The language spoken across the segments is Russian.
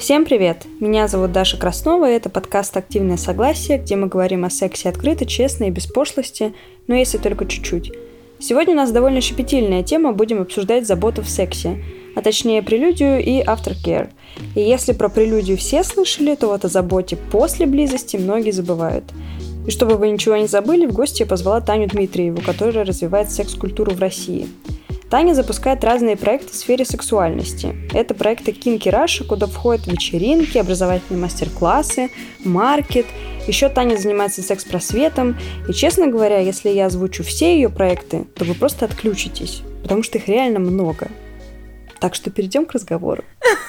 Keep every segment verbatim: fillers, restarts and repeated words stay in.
Всем привет! Меня зовут Даша Краснова, и это подкаст «Активное согласие», где мы говорим о сексе открыто, честно и без пошлости, но если только чуть-чуть. Сегодня у нас довольно щепетильная тема, будем обсуждать заботу в сексе, а точнее прелюдию и aftercare. И если про прелюдию все слышали, то вот о заботе после близости многие забывают. И чтобы вы ничего не забыли, в гости я позвала Таню Дмитриеву, которая развивает секс-культуру в России. Таня запускает разные проекты в сфере сексуальности. Это проекты Kinky Russia, куда входят вечеринки, образовательные мастер-классы, маркет. Еще Таня занимается секс-просветом. И, честно говоря, если я озвучу все ее проекты, то вы просто отключитесь, потому что их реально много. Так что перейдем к разговору.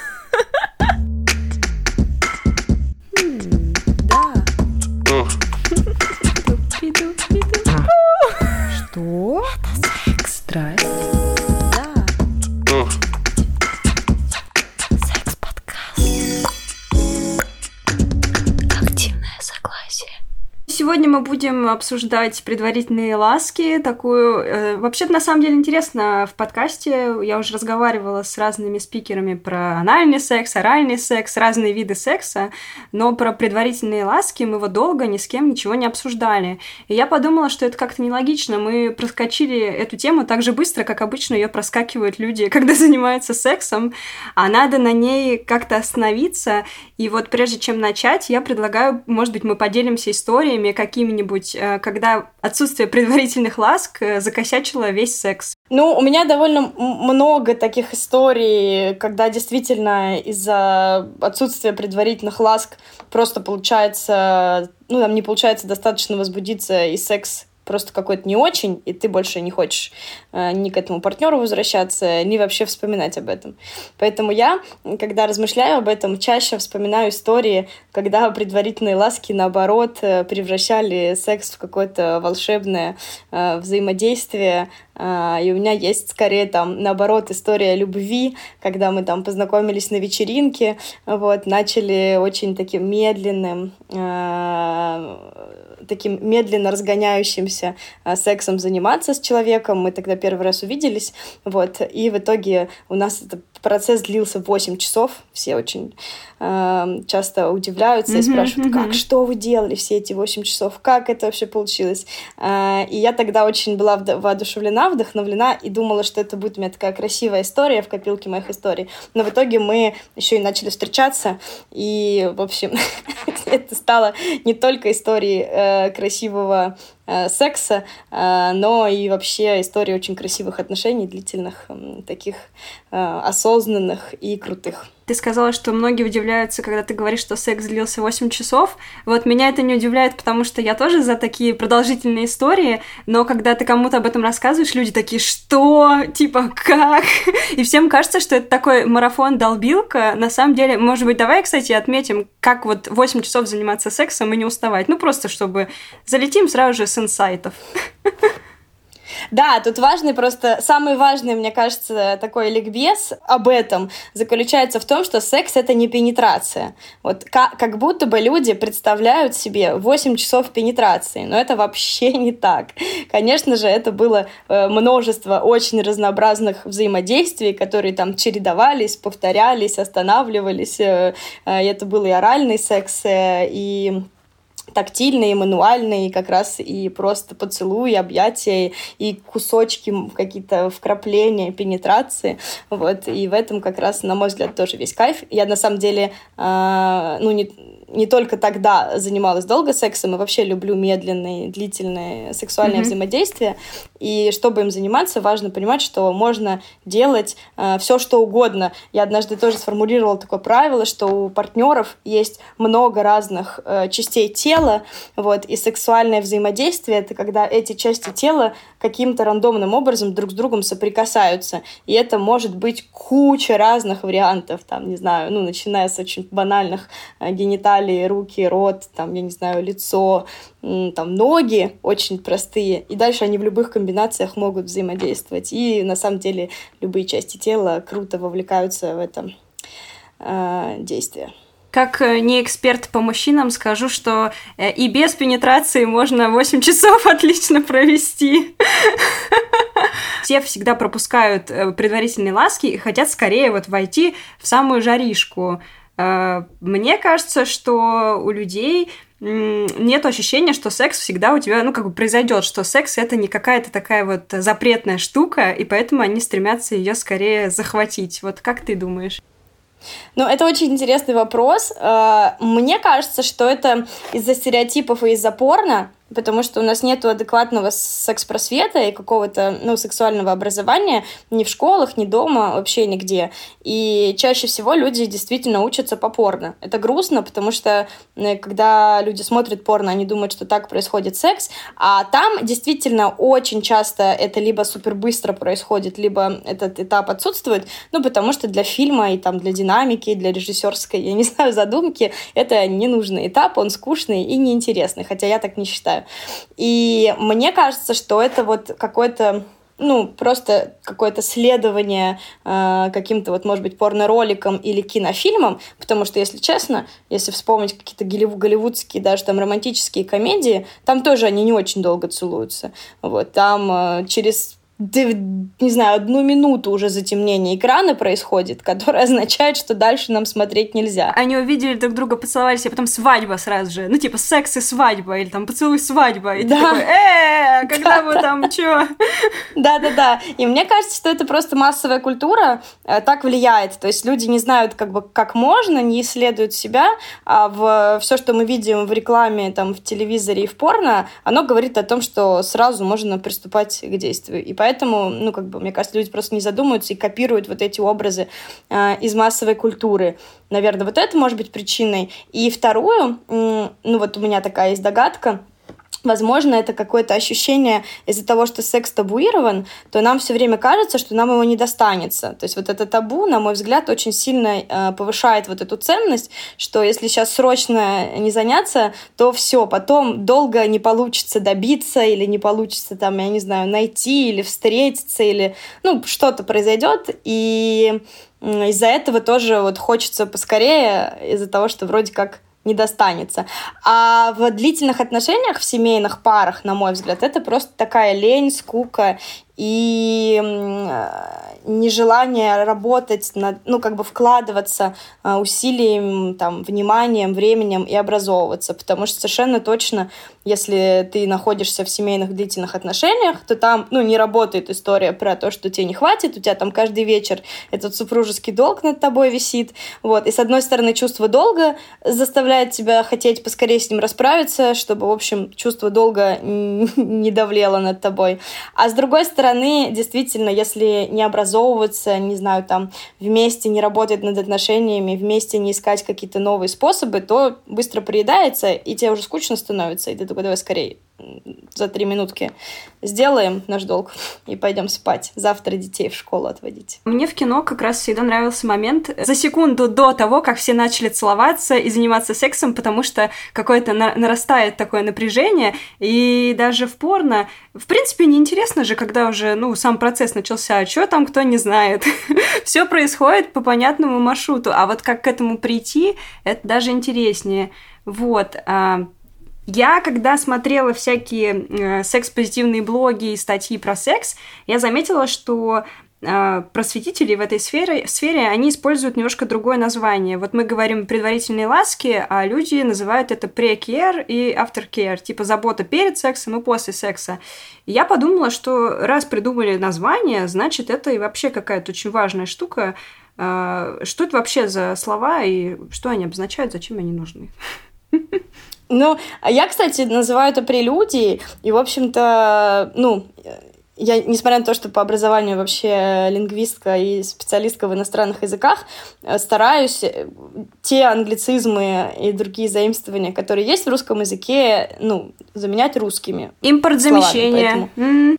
Что? Это секс. Страсть. Сегодня мы будем обсуждать предварительные ласки, такую... Э, вообще-то, на самом деле, интересно в подкасте. Я уже разговаривала с разными спикерами про анальный секс, оральный секс, разные виды секса, но про предварительные ласки мы вот долго ни с кем ничего не обсуждали. И я подумала, что это как-то нелогично. Мы проскочили эту тему так же быстро, как обычно ее проскакивают люди, когда занимаются сексом, а надо на ней как-то остановиться. И вот прежде чем начать, я предлагаю, может быть, мы поделимся историями, какими-нибудь, когда отсутствие предварительных ласк закосячило весь секс. Ну, у меня довольно много таких историй, когда действительно из-за отсутствия предварительных ласк просто получается, ну, там не получается достаточно возбудиться, и секс просто какой-то не очень, и ты больше не хочешь э, ни к этому партнеру возвращаться, ни вообще вспоминать об этом. Поэтому я, когда размышляю об этом, чаще вспоминаю истории, когда предварительные ласки, наоборот, превращали секс в какое-то волшебное э, взаимодействие. Э, и у меня есть, скорее, там, наоборот, история любви, когда мы там познакомились на вечеринке, вот, начали очень таким медленным, э, таким медленно разгоняющимся а, сексом заниматься с человеком. Мы тогда первый раз увиделись, вот, и в итоге у нас этот процесс длился восемь часов. Все очень э, часто удивляются mm-hmm, и спрашивают, mm-hmm. как, что вы делали все эти восемь часов, как это вообще получилось? Э, и я тогда очень была воодушевлена, вдохновлена и думала, что это будет у меня такая красивая история в копилке моих историй. Но в итоге мы еще и начали встречаться, и, в общем, это стало не только историей э, красивого секса, но и вообще история очень красивых отношений, длительных, таких осознанных и крутых. Ты сказала, что многие удивляются, когда ты говоришь, что секс длился восемь часов. Вот меня это не удивляет, потому что я тоже за такие продолжительные истории, но когда ты кому-то об этом рассказываешь, люди такие, что? Типа, как? И всем кажется, что это такой марафон-долбилка. На самом деле, может быть, давай, кстати, отметим, как вот восемь часов заниматься сексом и не уставать. Ну, просто чтобы залетим сразу же с инсайтов. Да, тут важный просто, самый важный, мне кажется, такой ликбез об этом заключается в том, что секс — это не пенетрация. Вот как, как будто бы люди представляют себе восемь часов пенетрации, но это вообще не так. Конечно же, это было э, множество очень разнообразных взаимодействий, которые там чередовались, повторялись, останавливались. Э, э, это был и оральный секс, э, и тактильные, мануальные, как раз и просто поцелуи, объятия, и кусочки, какие-то вкрапления, пенетрации. Вот. И в этом как раз, на мой взгляд, тоже весь кайф. Я, на самом деле, э, ну, не, не только тогда занималась долго сексом, и вообще люблю медленные, длительные сексуальные mm-hmm. взаимодействия. И чтобы им заниматься, важно понимать, что можно делать э, все, что угодно. Я однажды тоже сформулировала такое правило, что у партнеров есть много разных э, частей тела, вот, и сексуальное взаимодействие — это когда эти части тела каким-то рандомным образом друг с другом соприкасаются. И это может быть куча разных вариантов, там, не знаю, ну, начиная с очень банальных э, гениталий, руки, рот, там, я не знаю, лицо, э, там, ноги очень простые. И дальше они в любых комбинациях могут взаимодействовать. И, на самом деле, любые части тела круто вовлекаются в это э, действие. Как не эксперт по мужчинам скажу, что и без пенетрации можно восемь часов отлично провести. Все всегда пропускают предварительные ласки и хотят скорее вот войти в самую жаришку. Мне кажется, что у людей нет ощущения, что секс всегда у тебя, ну, как бы произойдет, что секс — это не какая-то такая вот запретная штука, и поэтому они стремятся ее скорее захватить. Вот как ты думаешь? Ну, это очень интересный вопрос. Мне кажется, что это из-за стереотипов и из-за порно, потому что у нас нет адекватного секс-просвета и какого-то, ну, сексуального образования ни в школах, ни дома, вообще нигде. И чаще всего люди действительно учатся по порно. Это грустно, потому что когда люди смотрят порно, они думают, что так происходит секс, а там действительно очень часто это либо супер быстро происходит, либо этот этап отсутствует, ну, потому что для фильма и там для динамики, для режиссерской, я не знаю, задумки это ненужный этап, он скучный и неинтересный, хотя я так не считаю. И мне кажется, что это вот какой-то, ну, просто какое-то следование э, каким-то, вот, может быть, порно-роликам или кинофильмам, потому что, если честно, если вспомнить какие-то голливудские, даже там романтические комедии, там тоже они не очень долго целуются. Вот, там э, через... не знаю, одну минуту уже затемнение экрана происходит, которое означает, что дальше нам смотреть нельзя. Они увидели друг друга, поцеловались, а потом свадьба сразу же. Ну, типа, секс и свадьба, или там поцелуй свадьба. И да. Ты такой, э, когда вы там, чё? Да-да-да. И мне кажется, что это просто массовая культура э, так влияет. То есть люди не знают, как бы, как можно, не исследуют себя, а в все, что мы видим в рекламе, там, в телевизоре и в порно, оно говорит о том, что сразу можно приступать к действию. И поэтому Поэтому, ну, как бы, мне кажется, люди просто не задумываются и копируют вот эти образы э, из массовой культуры. Наверное, вот это может быть причиной. И вторую, э, ну, вот у меня такая есть догадка, возможно, это какое-то ощущение из-за того, что секс табуирован, то нам все время кажется, что нам его не достанется. То есть вот это табу, на мой взгляд, очень сильно э, повышает вот эту ценность, что если сейчас срочно не заняться, то все, потом долго не получится добиться или не получится там, я не знаю, найти или встретиться, или, ну, что-то произойдет, и из-за этого тоже вот хочется поскорее, из-за того, что вроде как не достанется. А в длительных отношениях, в семейных парах, на мой взгляд, это просто такая лень, скука и нежелание работать, над, ну, как бы вкладываться усилием, там, вниманием, временем и образовываться. Потому что совершенно точно, если ты находишься в семейных длительных отношениях, то там, ну, не работает история про то, что тебе не хватит, у тебя там каждый вечер этот супружеский долг над тобой висит. Вот. И, с одной стороны, чувство долга заставляет тебя хотеть поскорее с ним расправиться, чтобы, в общем, чувство долга не давлело над тобой. А с другой стороны, действительно, если не образовываться, не знаю, там, вместе не работать над отношениями, вместе не искать какие-то новые способы, то быстро приедается, и тебе уже скучно становится, и ты такой, давай скорее, за три минутки сделаем наш долг и пойдем спать. Завтра детей в школу отводить. Мне в кино как раз всегда нравился момент за секунду до того, как все начали целоваться и заниматься сексом, потому что какое-то на- нарастает такое напряжение, и даже в порно, в принципе, неинтересно же, когда уже, ну, сам процесс начался, а что там, кто не знает. Все происходит по понятному маршруту, а вот как к этому прийти, это даже интереснее. Вот. Я, когда смотрела всякие э, секс-позитивные блоги и статьи про секс, я заметила, что э, просветители в этой сфере, сфере, они используют немножко другое название. Вот мы говорим предварительные ласки, а люди называют это pre-care и after-care, типа забота перед сексом и после секса. И я подумала, что раз придумали название, значит, это и вообще какая-то очень важная штука. Э, что это вообще за слова и что они обозначают, зачем они нужны? Ну, я, кстати, называю это прелюдией, и, в общем-то, ну, я, несмотря на то, что по образованию вообще лингвистка и специалистка в иностранных языках, стараюсь те англицизмы и другие заимствования, которые есть в русском языке, ну, заменять русскими. Импортзамещение.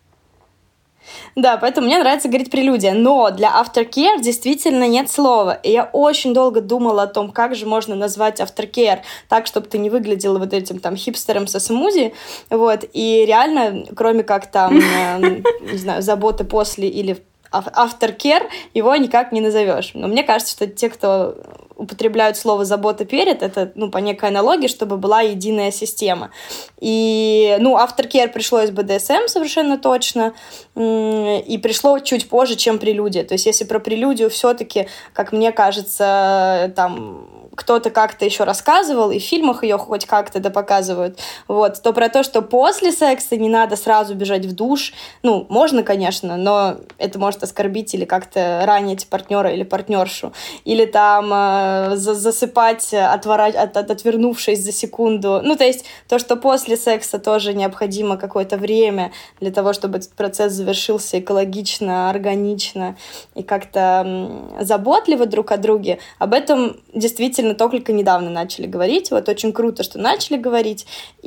Да, поэтому мне нравится говорить прелюдия. Но для aftercare действительно нет слова. И я очень долго думала о том, как же можно назвать aftercare так, чтобы ты не выглядела вот этим там хипстером со смузи. Вот. И реально, кроме как там, не знаю, заботы после или aftercare, его никак не назовешь. Но мне кажется, что те, кто употребляют слово «забота перед», это, ну, по некой аналогии, чтобы была единая система. И, ну, aftercare пришло из бэ дэ эс эм совершенно точно, и пришло чуть позже, чем прелюдия. То есть, если про прелюдию все-таки, как мне кажется, там кто-то как-то еще рассказывал, и в фильмах ее хоть как-то да показывают, вот, то про то, что после секса не надо сразу бежать в душ, ну, можно, конечно, но это может оскорбить или как-то ранить партнера или партнершу, или там э, засыпать, отвора... от, от, отвернувшись за секунду, ну, то есть то, что после секса тоже необходимо какое-то время для того, чтобы этот процесс завершился экологично, органично и как-то заботливо друг о друге, об этом действительно только недавно начали говорить. Вот очень круто, что начали говорить.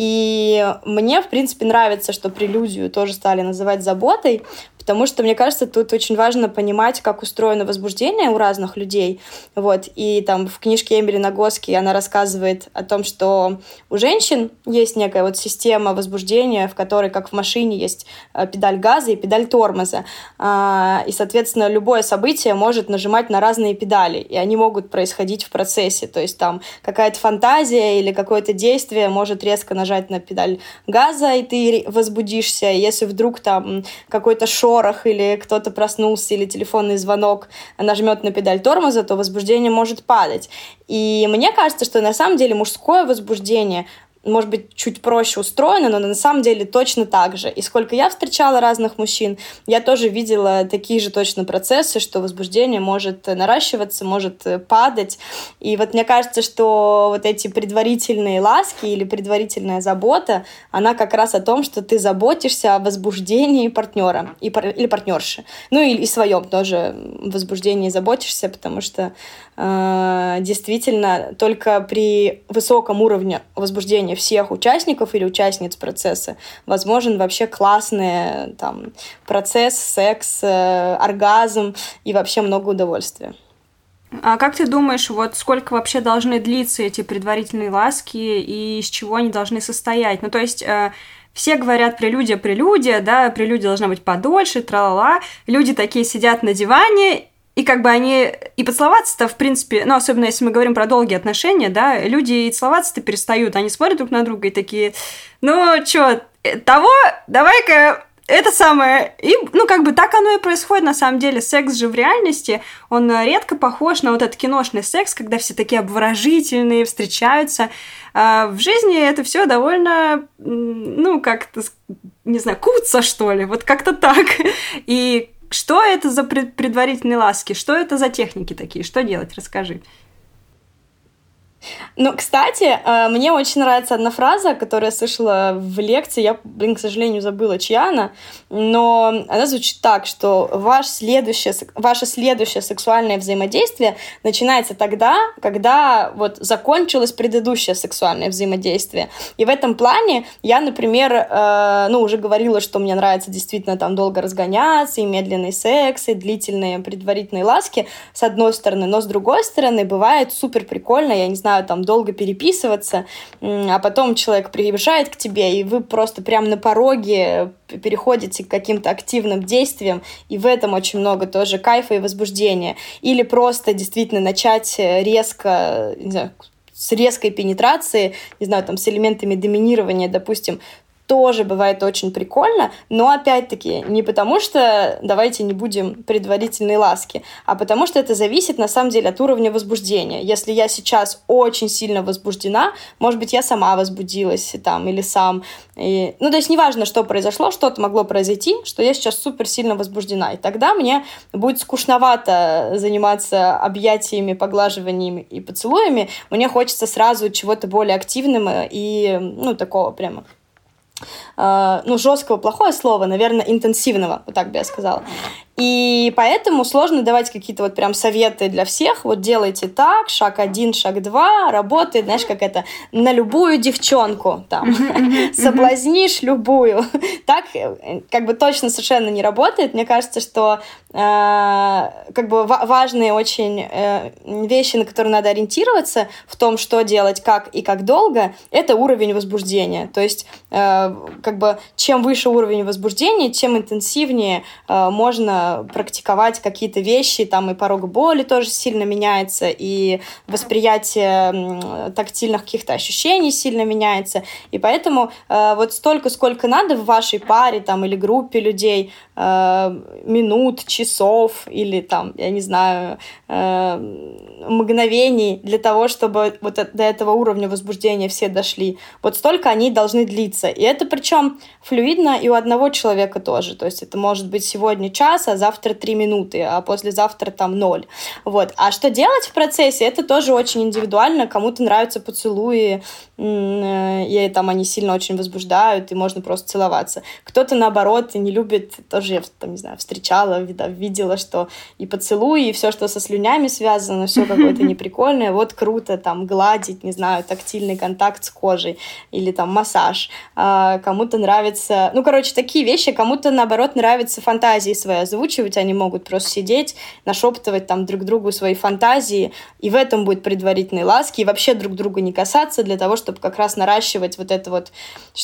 И мне, в принципе, нравится, что прелюдию тоже стали называть заботой, потому что, мне кажется, тут очень важно понимать, как устроено возбуждение у разных людей. Вот. И там в книжке Эмили Нагоски она рассказывает о том, что у женщин есть некая вот система возбуждения, в которой, как в машине, есть педаль газа и педаль тормоза. И, соответственно, любое событие может нажимать на разные педали, и они могут происходить в процессе. То есть там какая-то фантазия или какое-то действие может резко нажать на педаль газа, и ты возбудишься. Если вдруг там какой-то шок или кто-то проснулся, или телефонный звонок нажмет на педаль тормоза, то возбуждение может падать. И мне кажется, что на самом деле мужское возбуждение может быть, чуть проще устроено, но на самом деле точно так же. И сколько я встречала разных мужчин, я тоже видела такие же точно процессы, что возбуждение может наращиваться, может падать. И вот мне кажется, что вот эти предварительные ласки или предварительная забота, она как раз о том, что ты заботишься о возбуждении партнера и пар- или партнерши. Ну и, и своем тоже возбуждении заботишься, потому что э, действительно только при высоком уровне возбуждения всех участников или участниц процесса возможен вообще классный там, процесс, секс, э, оргазм и вообще много удовольствия. А как ты думаешь, вот сколько вообще должны длиться эти предварительные ласки и из чего они должны состоять? Ну, то есть... Э, Все говорят прелюдия, прелюдия, да, прелюдия должна быть подольше, тра-ла-ла. Люди такие сидят на диване, и как бы они... И поцеловаться-то, в принципе, ну, особенно если мы говорим про долгие отношения, да, люди и целоваться-то перестают. Они смотрят друг на друга и такие, ну, чё, того, давай-ка... Это самое, и, ну, как бы так оно и происходит, на самом деле. Секс же в реальности, он редко похож на вот этот киношный секс, когда все такие обворожительные, встречаются. А в жизни это все довольно, ну, как-то, не знаю, куца, что ли, вот как-то так. И что это за предварительные ласки? Что это за техники такие? Что делать? Расскажи. Ну, кстати, мне очень нравится одна фраза, которую я слышала в лекции. Я, блин, к сожалению, забыла, чья она. Но она звучит так, что ваш следующее, ваше следующее сексуальное взаимодействие начинается тогда, когда вот закончилось предыдущее сексуальное взаимодействие. И в этом плане я, например, э, ну, уже говорила, что мне нравится действительно там долго разгоняться, и медленный секс, и длительные предварительные ласки, с одной стороны. Но с другой стороны, бывает супер прикольно, я не знаю, там долго переписываться, а потом человек приезжает к тебе, и вы просто прямо на пороге переходите к каким-то активным действиям, и в этом очень много тоже кайфа и возбуждения. Или просто действительно начать резко, не знаю, с резкой пенетрации, не знаю, там, с элементами доминирования, допустим, тоже бывает очень прикольно, но опять-таки не потому, что давайте не будем предварительные ласки, а потому что это зависит на самом деле от уровня возбуждения. Если я сейчас очень сильно возбуждена, может быть, я сама возбудилась там, или сам. И... Ну, то есть неважно, что произошло, что-то могло произойти, что я сейчас супер сильно возбуждена. И тогда мне будет скучновато заниматься объятиями, поглаживаниями и поцелуями. Мне хочется сразу чего-то более активного и, ну, такого прямо... ну, жесткого, плохое слово, наверное, интенсивного, вот так бы я сказала. И поэтому сложно давать какие-то вот прям советы для всех. Вот делайте так, шаг один, шаг два, работает, знаешь, как это, на любую девчонку, там, соблазнишь любую. Так как бы точно совершенно не работает. Мне кажется, что как бы важные очень вещи, на которые надо ориентироваться в том, что делать, как и как долго, это уровень возбуждения. То есть как бы чем выше уровень возбуждения, тем интенсивнее можно практиковать какие-то вещи, там и порог боли тоже сильно меняется, и восприятие тактильных каких-то ощущений сильно меняется, и поэтому э, вот столько, сколько надо в вашей паре там или группе людей, э, минут, часов или там, я не знаю, э, мгновений для того, чтобы вот до этого уровня возбуждения все дошли. Вот столько они должны длиться. И это причем флюидно и у одного человека тоже. То есть это может быть сегодня час, а завтра три минуты, а послезавтра там ноль. Вот. А что делать в процессе, это тоже очень индивидуально. Кому-то нравятся поцелуи, и там они сильно очень возбуждают, и можно просто целоваться. Кто-то, наоборот, не любит, тоже я там, не знаю, встречала, видела, что и поцелуи, и все, что со слюнями связано, все какое-то неприкольное. Вот круто там гладить, не знаю, тактильный контакт с кожей или там массаж. А кому-то нравится... Ну, короче, такие вещи. Кому-то, наоборот, нравится фантазии свои озвучивать. Они могут просто сидеть, нашептывать там друг другу свои фантазии, и в этом будет предварительные ласки, и вообще друг друга не касаться для того, чтобы как раз наращивать вот это вот,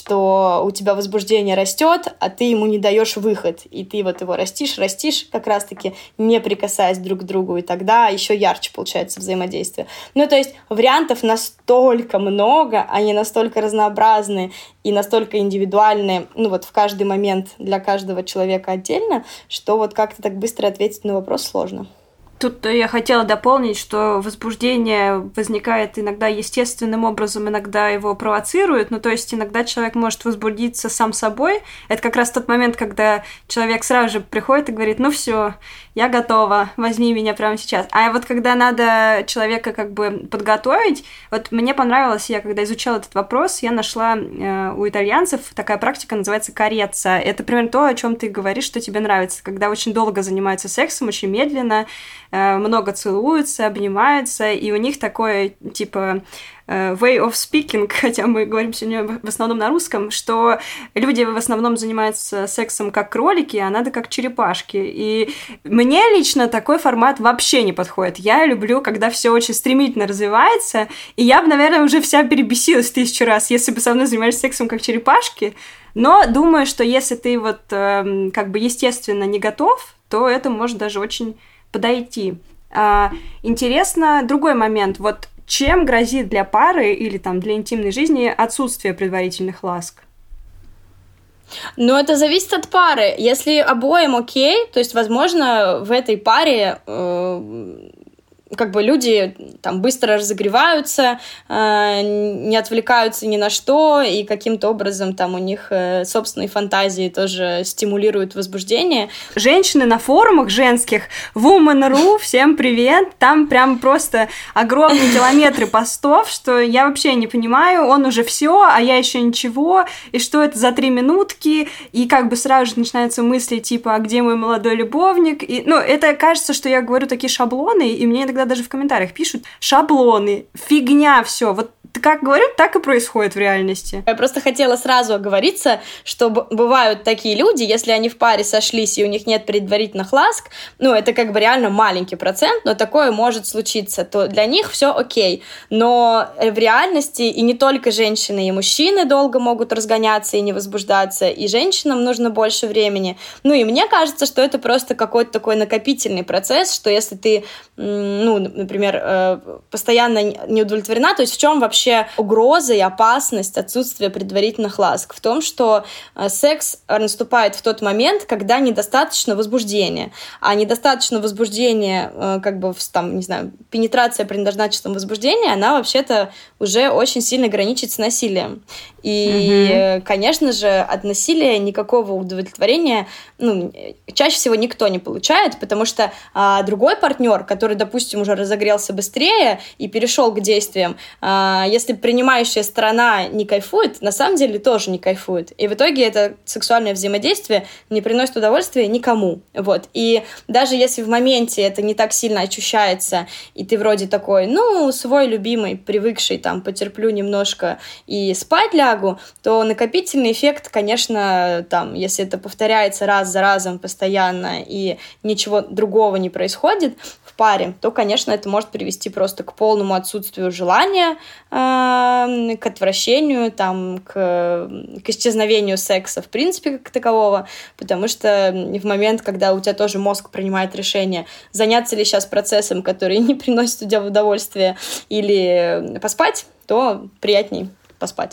что у тебя возбуждение растет, а ты ему не даешь выход, и ты вот его растишь, растишь, как раз-таки не прикасаясь друг к другу, и тогда еще ярче получается взаимодействие. Ну, то есть вариантов настолько много, они настолько разнообразны и настолько индивидуальны, ну, вот в каждый момент для каждого человека отдельно, что вот как-то так быстро ответить на вопрос сложно. Тут я хотела дополнить, что возбуждение возникает иногда естественным образом, иногда его провоцируют. Ну, то есть иногда человек может возбудиться сам собой. Это как раз тот момент, когда человек сразу же приходит и говорит: ну все, я готова, возьми меня прямо сейчас. А вот когда надо человека как бы подготовить, вот мне понравилось, я когда изучала этот вопрос, я нашла э, у итальянцев такая практика, называется карецца. Это примерно то, о чем ты говоришь, что тебе нравится, когда очень долго занимаются сексом, очень медленно, много целуются, обнимаются, и у них такое, типа, way of speaking, хотя мы говорим сегодня в основном на русском, что люди в основном занимаются сексом как кролики, а надо как черепашки. И мне лично такой формат вообще не подходит. Я люблю, когда все очень стремительно развивается, и я бы, наверное, уже вся перебесилась тысячу раз, если бы со мной занимались сексом как черепашки. Но думаю, что если ты вот э, как бы естественно не готов, то это может даже очень подойти. А, интересно другой момент. Вот чем грозит для пары или там для интимной жизни отсутствие предварительных ласк? Ну, это зависит от пары. Если обоим окей, то есть, возможно, в этой паре э, как бы люди там быстро разогреваются, э, не отвлекаются ни на что, и каким-то образом там у них э, собственные фантазии тоже стимулируют возбуждение. Женщины на форумах женских, woman точка ру, всем привет, там прям просто огромные километры постов, что я вообще не понимаю, он уже все, а я еще ничего, и что это за три минутки, и как бы сразу же начинаются мысли типа: а где мой молодой любовник? И, ну, это кажется, что я говорю такие шаблоны, и мне иногда даже в комментариях пишут: шаблоны, фигня, все. Вот как говорю, так и происходит в реальности. Я просто хотела сразу оговориться, что бывают такие люди, если они в паре сошлись и у них нет предварительных ласк, ну, это как бы реально маленький процент, но такое может случиться, то для них все окей. Но в реальности и не только женщины, и мужчины долго могут разгоняться и не возбуждаться, и женщинам нужно больше времени. Ну, и мне кажется, что это просто какой-то такой накопительный процесс, что если ты, ну, например, постоянно не удовлетворена, то есть в чем вообще угроза и опасность отсутствия предварительных ласк? В том, что секс наступает в тот момент, когда недостаточно возбуждения. А недостаточно возбуждения, как бы, там, не знаю, пенетрация при недостаточном возбуждении, она вообще-то уже очень сильно граничит с насилием. И, угу. конечно же, от насилия никакого удовлетворения, ну, чаще всего никто не получает, потому что а, другой партнер, который, допустим, уже разогрелся быстрее и перешел к действиям, а, если принимающая сторона не кайфует, на самом деле тоже не кайфует. И в итоге это сексуальное взаимодействие не приносит удовольствия никому. Вот. И даже если в моменте это не так сильно ощущается, и ты вроде такой, ну, свой любимый, привыкший, там, потерплю немножко и спать лягу, то накопительный эффект, конечно, там, если это повторяется раз за разом постоянно и ничего другого не происходит в паре, то, конечно, это может привести просто к полному отсутствию желания, э, к отвращению, там, к, к исчезновению секса, в принципе, как такового, потому что в момент, когда у тебя тоже мозг принимает решение, заняться ли сейчас процессом, который не приносит тебе удовольствия, или поспать, то приятней поспать.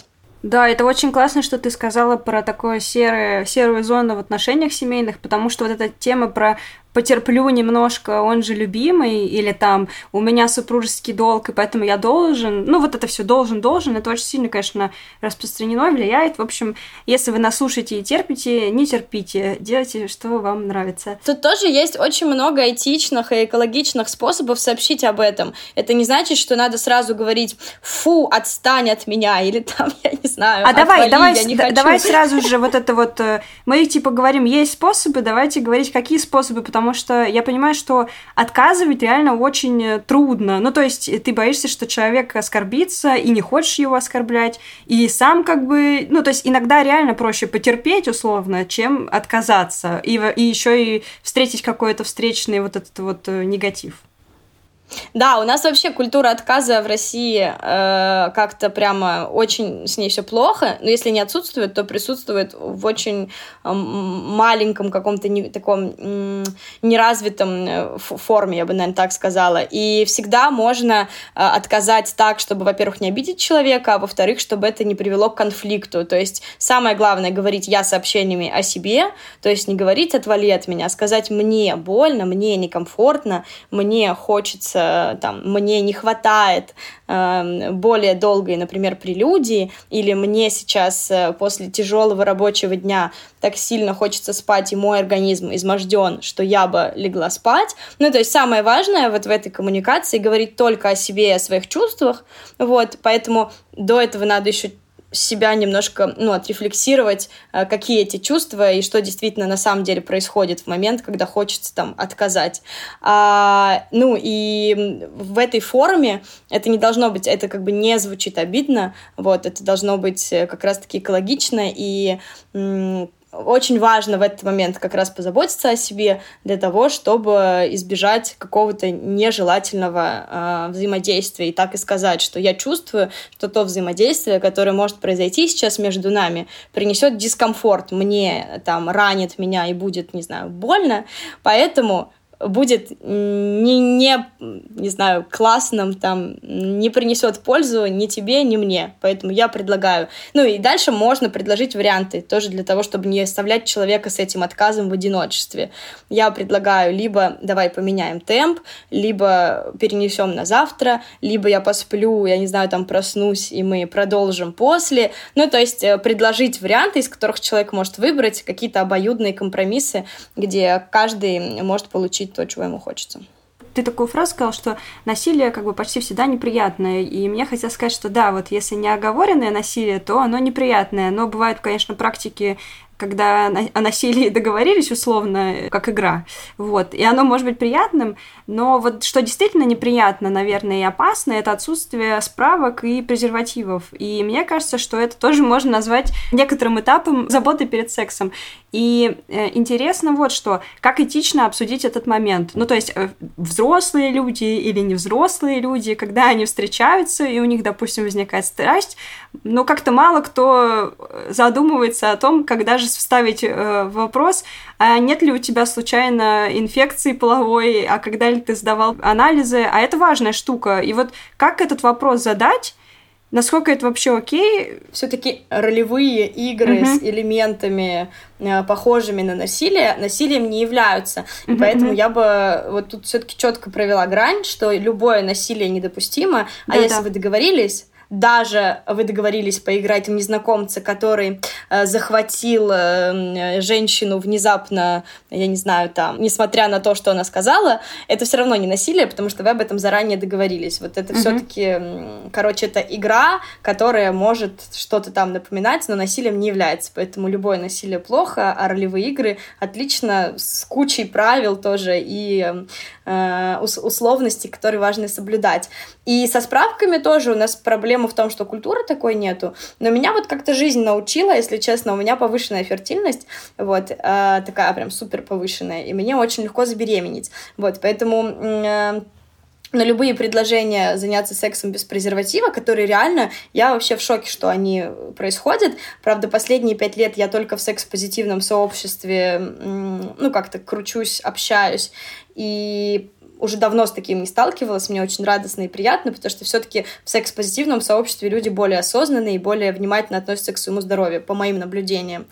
Да, это очень классно, что ты сказала про такое серое, серую зону в отношениях семейных, потому что вот эта тема про потерплю немножко, он же любимый, или там у меня супружеский долг, и поэтому я должен. Ну, вот это все должен, должен, это очень сильно, конечно, распространено, влияет. В общем, если вы нас слушаете и терпите, не терпите, делайте, что вам нравится. Тут тоже есть очень много этичных и экологичных способов сообщить об этом. Это не значит, что надо сразу говорить «фу, отстань от меня», или там, я не знаю, а давай, давай, я не д- хочу. давай сразу же вот это вот, мы типа говорим, есть способы, давайте говорить, какие способы, потому что я понимаю, что отказывать реально очень трудно. Ну, то есть ты боишься, что человек оскорбится, и не хочешь его оскорблять, и сам как бы... Ну, то есть иногда реально проще потерпеть, условно, чем отказаться, и, и еще и встретить какой-то встречный вот этот вот негатив. Да, у нас вообще культура отказа в России э, как-то прямо очень с ней все плохо, но если не отсутствует, то присутствует в очень э, маленьком каком-то не, таком э, неразвитом форме, я бы, наверное, так сказала. И всегда можно э, отказать так, чтобы, во-первых, не обидеть человека, а во-вторых, чтобы это не привело к конфликту. То есть самое главное — говорить «я» сообщениями о себе, то есть не говорить «отвали от меня», а сказать «мне больно, мне некомфортно, мне хочется там, мне не хватает э, более долгой, например, прелюдии, или мне сейчас э, после тяжелого рабочего дня так сильно хочется спать, и мой организм изможден, что я бы легла спать. Ну, то есть самое важное вот в этой коммуникации — говорить только о себе и о своих чувствах, вот, поэтому до этого надо еще себя немножко, ну, отрефлексировать, какие эти чувства и что действительно на самом деле происходит в момент, когда хочется там отказать. А, ну, и в этой форме это не должно быть, это как бы не звучит обидно, вот, это должно быть как раз-таки экологично и м- очень важно в этот момент как раз позаботиться о себе для того, чтобы избежать какого-то нежелательного э, взаимодействия. И так и сказать, что я чувствую, что то взаимодействие, которое может произойти сейчас между нами, принесет дискомфорт мне, там, ранит меня и будет, не знаю, больно. Поэтому будет не, не, не знаю, классным, там, не принесет пользу ни тебе, ни мне. Поэтому я предлагаю. Ну и дальше можно предложить варианты, тоже для того, чтобы не оставлять человека с этим отказом в одиночестве. Я предлагаю либо давай поменяем темп, либо перенесем на завтра, либо я посплю, я не знаю, там проснусь, и мы продолжим после. Ну, то есть предложить варианты, из которых человек может выбрать какие-то обоюдные компромиссы, где каждый может получить то, чего ему хочется. Ты такую фразу сказал, что насилие как бы почти всегда неприятное, и мне хотелось сказать, что да, вот если не оговоренное насилие, то оно неприятное, но бывают, конечно, практики, когда о насилии договорились условно, как игра, вот, и оно может быть приятным, но вот что действительно неприятно, наверное, и опасно, это отсутствие справок и презервативов, и мне кажется, что это тоже можно назвать некоторым этапом заботы перед сексом, и э, интересно вот что, как этично обсудить этот момент, ну, то есть э, взрослые люди или невзрослые люди, когда они встречаются, и у них, допустим, возникает страсть, но как-то мало кто задумывается о том, когда же вставить э, вопрос, а нет ли у тебя случайно инфекции половой, а когда ли ты сдавал анализы, а это важная штука. И вот как этот вопрос задать, насколько это вообще окей? Все-таки ролевые игры uh-huh. с элементами, э, похожими на насилие, насилием не являются. И uh-huh. поэтому я бы вот тут все-таки четко провела грань, что любое насилие недопустимо, а да, если да. вы договорились, даже вы договорились поиграть в незнакомца, который э, захватил э, женщину внезапно, я не знаю, там, несмотря на то, что она сказала, это все равно не насилие, потому что вы об этом заранее договорились. Вот это mm-hmm. все-таки, короче, это игра, которая может что-то там напоминать, но насилием не является. Поэтому любое насилие плохо, а ролевые игры отлично, с кучей правил тоже и э, условностей, которые важно соблюдать. И со справками тоже у нас проблема в том, что культуры такой нету, но меня вот как-то жизнь научила, если честно, у меня повышенная фертильность, вот, э, такая прям супер повышенная, и мне очень легко забеременеть, вот, поэтому э, на любые предложения заняться сексом без презерватива, которые реально, я вообще в шоке, что они происходят, правда, последние пять лет я только в секс-позитивном сообществе, ну, как-то кручусь, общаюсь, и уже давно с таким не сталкивалась, мне очень радостно и приятно, потому что все-таки в секс-позитивном сообществе люди более осознанные и более внимательно относятся к своему здоровью, по моим наблюдениям.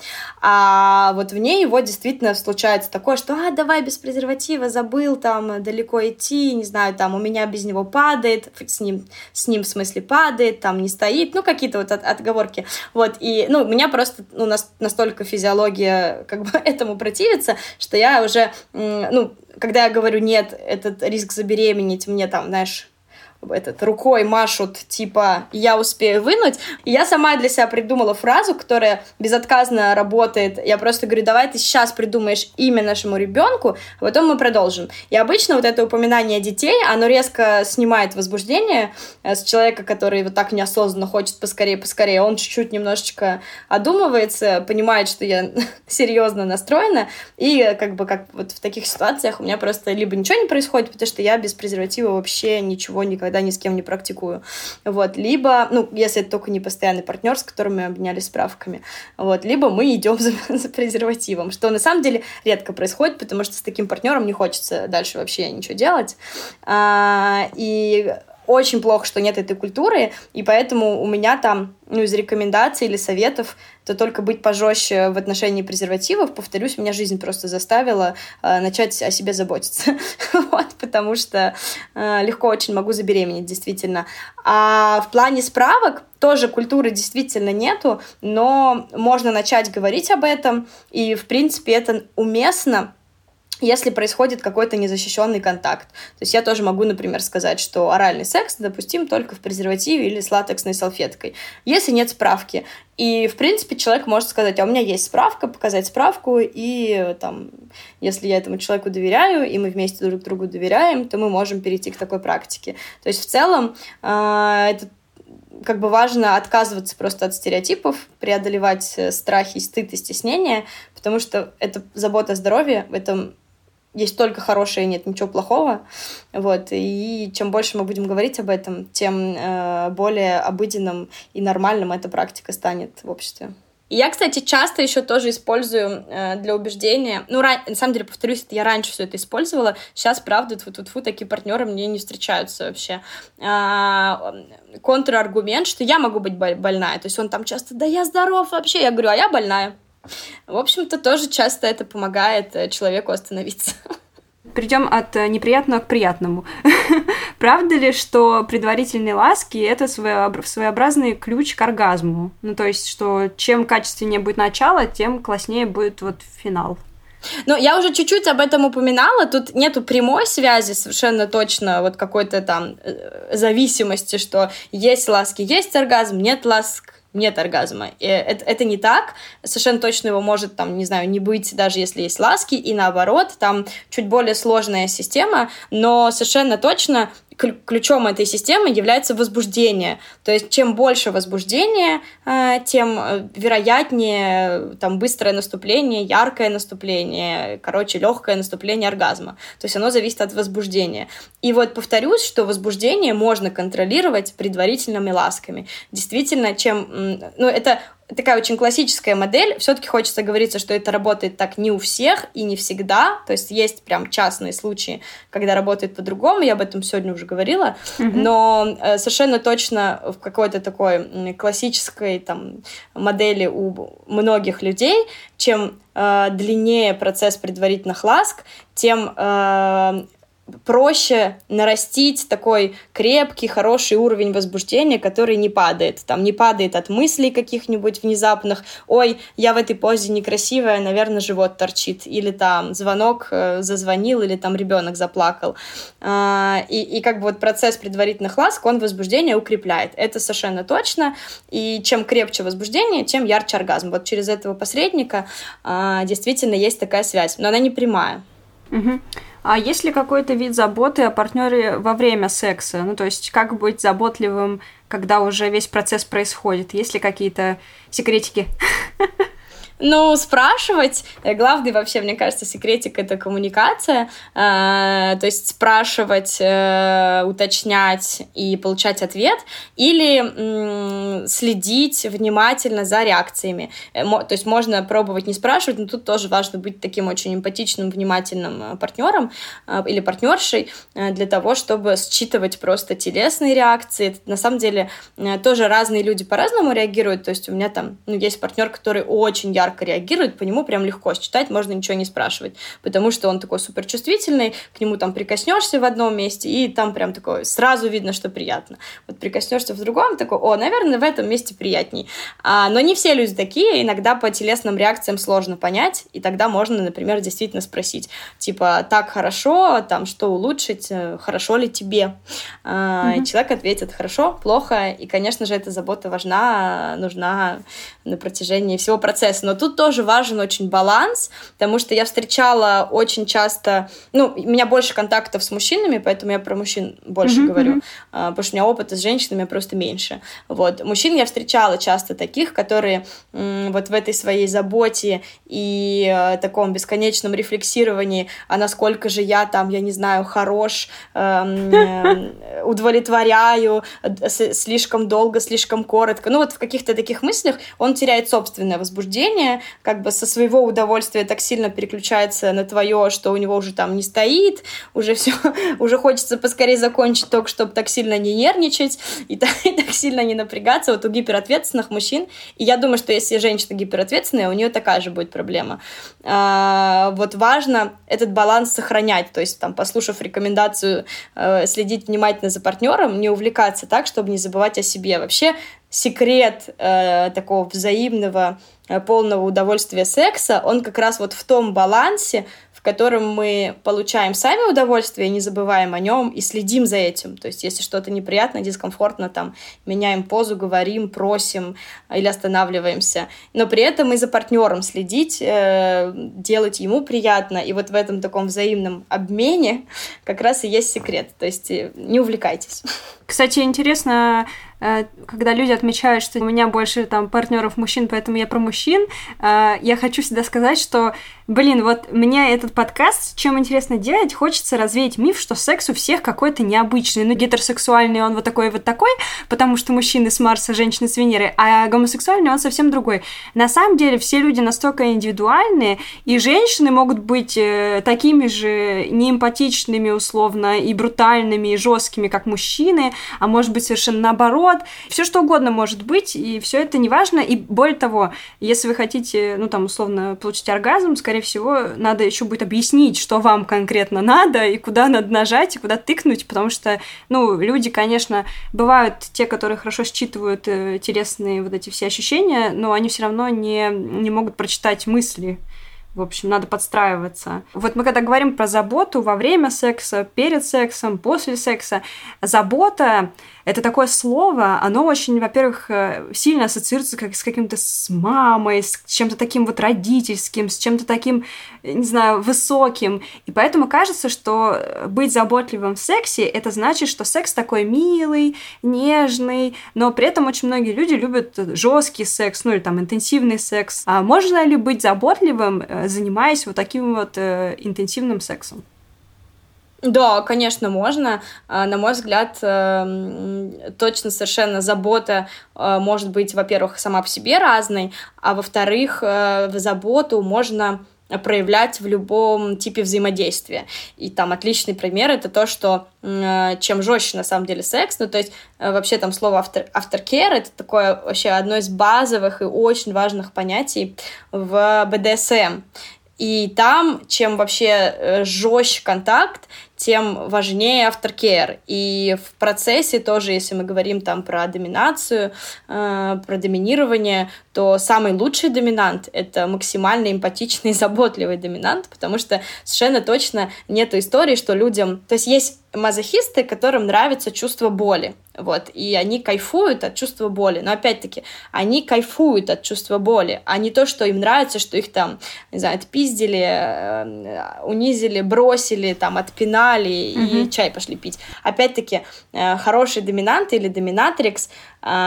А вот вне его действительно случается такое, что «а, давай без презерватива, забыл, там, далеко идти, не знаю, там, у меня без него падает, с ним, с ним в смысле падает, там, не стоит», ну, какие-то вот от, отговорки. Вот, и, ну, у меня просто, ну, настолько физиология, как бы, этому противится, что я уже, ну, когда я говорю «нет, этот риск забеременеть», мне там, знаешь, этот, рукой машут, типа, я успею вынуть. И я сама для себя придумала фразу, которая безотказно работает. Я просто говорю, давай ты сейчас придумаешь имя нашему ребенку, а потом мы продолжим. И обычно вот это упоминание детей, оно резко снимает возбуждение с человека, который вот так неосознанно хочет поскорее-поскорее. Он чуть-чуть немножечко одумывается, понимает, что я серьезно настроена, и как бы как вот в таких ситуациях у меня просто либо ничего не происходит, потому что я без презерватива вообще ничего никогда ни с кем не практикую. Вот. Либо, ну, если это только не постоянный партнер, с которым мы обменялись справками, вот. Либо мы идем за, за презервативом, что на самом деле редко происходит, потому что с таким партнером не хочется дальше вообще ничего делать. А, и очень плохо, что нет этой культуры, и поэтому у меня там, ну, из рекомендаций или советов, то только быть пожестче в отношении презервативов. Повторюсь, меня жизнь просто заставила э, начать о себе заботиться. Вот, потому что э, легко очень могу забеременеть, действительно. А в плане справок тоже культуры действительно нету, но можно начать говорить об этом, и, в принципе, это уместно, если происходит какой-то незащищенный контакт. То есть я тоже могу, например, сказать, что оральный секс допустим только в презервативе или с латексной салфеткой, если нет справки. И, в принципе, человек может сказать, а у меня есть справка, показать справку, и там, если я этому человеку доверяю, и мы вместе друг другу доверяем, то мы можем перейти к такой практике. То есть в целом э, это как бы важно отказываться просто от стереотипов, преодолевать страхи, стыд и стеснение, потому что это забота о здоровье, в этом есть только хорошее, нет ничего плохого. Вот. И чем больше мы будем говорить об этом, тем э, более обыденным и нормальным эта практика станет в обществе. И я, кстати, часто еще тоже использую э, для убеждения, ну, ран... на самом деле, повторюсь, это я раньше все это использовала, сейчас, правда, тьфу-тьфу-тьфу, такие партнеры мне не встречаются вообще. А, контраргумент, что я могу быть больная, то есть он там часто, да я здоров вообще, я говорю, а я больная. В общем-то, тоже часто это помогает человеку остановиться. Перейдем от неприятного к приятному. Правда ли, что предварительные ласки — это своеобразный ключ к оргазму? Ну, то есть, что чем качественнее будет начало, тем класснее будет вот финал. Ну, я уже чуть-чуть об этом упоминала, тут нету прямой связи совершенно точно, вот какой-то там зависимости, что есть ласки, есть оргазм, нет ласк, нет оргазма. И это, это не так. Совершенно точно его может, там, не знаю, не быть, даже если есть ласки, и наоборот, там чуть более сложная система, но совершенно точно ключом этой системы является возбуждение. То есть чем больше возбуждения, тем вероятнее там быстрое наступление, яркое наступление, короче, легкое наступление оргазма. То есть оно зависит от возбуждения. И вот повторюсь, что возбуждение можно контролировать предварительными ласками. Действительно, чем... Ну, это такая очень классическая модель. Все-таки хочется говориться, что это работает так не у всех и не всегда. То есть есть прям частные случаи, когда работает по-другому. Я об этом сегодня уже говорила. Mm-hmm. Но э, совершенно точно в какой-то такой классической там, модели у многих людей, чем э, длиннее процесс предварительных ласк, тем... Э, проще нарастить такой крепкий, хороший уровень возбуждения, который не падает. Там не падает от мыслей каких-нибудь внезапных. Ой, я в этой позе некрасивая, наверное, живот торчит. Или там звонок э, зазвонил, или там ребенок заплакал. А, и, и как бы вот процесс предварительных ласк, он возбуждение укрепляет. Это совершенно точно. И чем крепче возбуждение, тем ярче оргазм. Вот через этого посредника а, действительно есть такая связь. Но она не прямая. Угу. А есть ли какой-то вид заботы о партнере во время секса? Ну, то есть, как быть заботливым, когда уже весь процесс происходит? Есть ли какие-то секретики? Ну, спрашивать. Главный вообще, мне кажется, секретик — это коммуникация. То есть спрашивать, уточнять и получать ответ. Или следить внимательно за реакциями. То есть можно пробовать не спрашивать, но тут тоже важно быть таким очень эмпатичным, внимательным партнером или партнершей для того, чтобы считывать просто телесные реакции. Это, на самом деле, тоже разные люди по-разному реагируют. То есть у меня там ну, есть партнер, который очень ярко реагирует, по нему прям легко считать, можно ничего не спрашивать, потому что он такой суперчувствительный, к нему там прикоснешься в одном месте, и там прям такое сразу видно, что приятно. Вот прикоснешься в другом, такой, о, наверное, в этом месте приятней. А, но не все люди такие, иногда по телесным реакциям сложно понять, и тогда можно, например, действительно спросить, типа, так хорошо, там, что улучшить, хорошо ли тебе? А, mm-hmm. И человек ответит, хорошо, плохо, и, конечно же, эта забота важна, нужна на протяжении всего процесса. Но тут тоже важен очень баланс, потому что я встречала очень часто... Ну, у меня больше контактов с мужчинами, поэтому я про мужчин больше mm-hmm. говорю, потому что у меня опыта с женщинами просто меньше. Вот. Мужчин я встречала часто таких, которые м, вот в этой своей заботе и э, таком бесконечном рефлексировании, а насколько же я там, я не знаю, хорош, э, э, удовлетворяю э, слишком долго, слишком коротко. Ну, вот в каких-то таких мыслях он теряет собственное возбуждение, как бы со своего удовольствия так сильно переключается на твое, что у него уже там не стоит, уже все, уже хочется поскорее закончить только, чтобы так сильно не нервничать и так, и так сильно не напрягаться. Вот у гиперответственных мужчин, и я думаю, что если женщина гиперответственная, у нее такая же будет проблема. А, вот важно этот баланс сохранять, то есть там, послушав рекомендацию э, следить внимательно за партнером, не увлекаться так, чтобы не забывать о себе. Вообще секрет э, такого взаимного э, полного удовольствия секса, он как раз вот в том балансе, в котором мы получаем сами удовольствие, не забываем о нем и следим за этим. То есть если что-то неприятно, дискомфортно, там, меняем позу, говорим, просим или останавливаемся. Но при этом и за партнером следить, э, делать ему приятно. И вот в этом таком взаимном обмене как раз и есть секрет. То есть не увлекайтесь. Кстати, интересно, когда люди отмечают, что у меня больше там партнеров мужчин, поэтому я про мужчин, я хочу всегда сказать, что, блин, вот мне этот подкаст, чем интересно делать, хочется развеять миф, что секс у всех какой-то необычный, ну, гетеросексуальный он вот такой вот такой, потому что мужчины с Марса, женщины с Венеры, а гомосексуальный он совсем другой. На самом деле все люди настолько индивидуальные, и женщины могут быть такими же неэмпатичными, условно, и брутальными, и жесткими, как мужчины, а может быть совершенно наоборот. Все что угодно может быть, и все это не важно. И более того, если вы хотите, ну там, условно, получить оргазм, скорее всего, надо еще будет объяснить, что вам конкретно надо, и куда надо нажать, и куда тыкнуть, потому что, ну, люди, конечно, бывают те, которые хорошо считывают э, телесные вот эти все ощущения, но они все равно не, не могут прочитать мысли. В общем, надо подстраиваться. Вот мы когда говорим про заботу во время секса, перед сексом, после секса, забота — это такое слово, оно очень, во-первых, сильно ассоциируется как с каким-то с мамой, с чем-то таким вот родительским, с чем-то таким, не знаю, высоким. И поэтому кажется, что быть заботливым в сексе — это значит, что секс такой милый, нежный, но при этом очень многие люди любят жесткий секс, ну или там интенсивный секс. А можно ли быть заботливым, занимаясь вот таким вот э, интенсивным сексом? Да, конечно, можно. На мой взгляд, точно совершенно забота может быть, во-первых, сама по себе разной, а во-вторых, заботу можно проявлять в любом типе взаимодействия. И там отличный пример — это то, что э, чем жестче на самом деле секс, ну то есть э, вообще там слово after, aftercare — это такое вообще одно из базовых и очень важных понятий в бэ дэ эс эм. И там, чем вообще жестче контакт, тем важнее aftercare. И в процессе тоже, если мы говорим там про доминацию, э, про доминирование, то самый лучший доминант — это максимально эмпатичный и заботливый доминант, потому что совершенно точно нету истории, что людям... То есть есть мазохисты, которым нравится чувство боли, вот, и они кайфуют от чувства боли, но опять-таки они кайфуют от чувства боли, а не то, что им нравится, что их там, не знаю, отпиздили, унизили, бросили, там, отпинали и mm-hmm. чай пошли пить. Опять-таки, хороший доминант или доминатрикс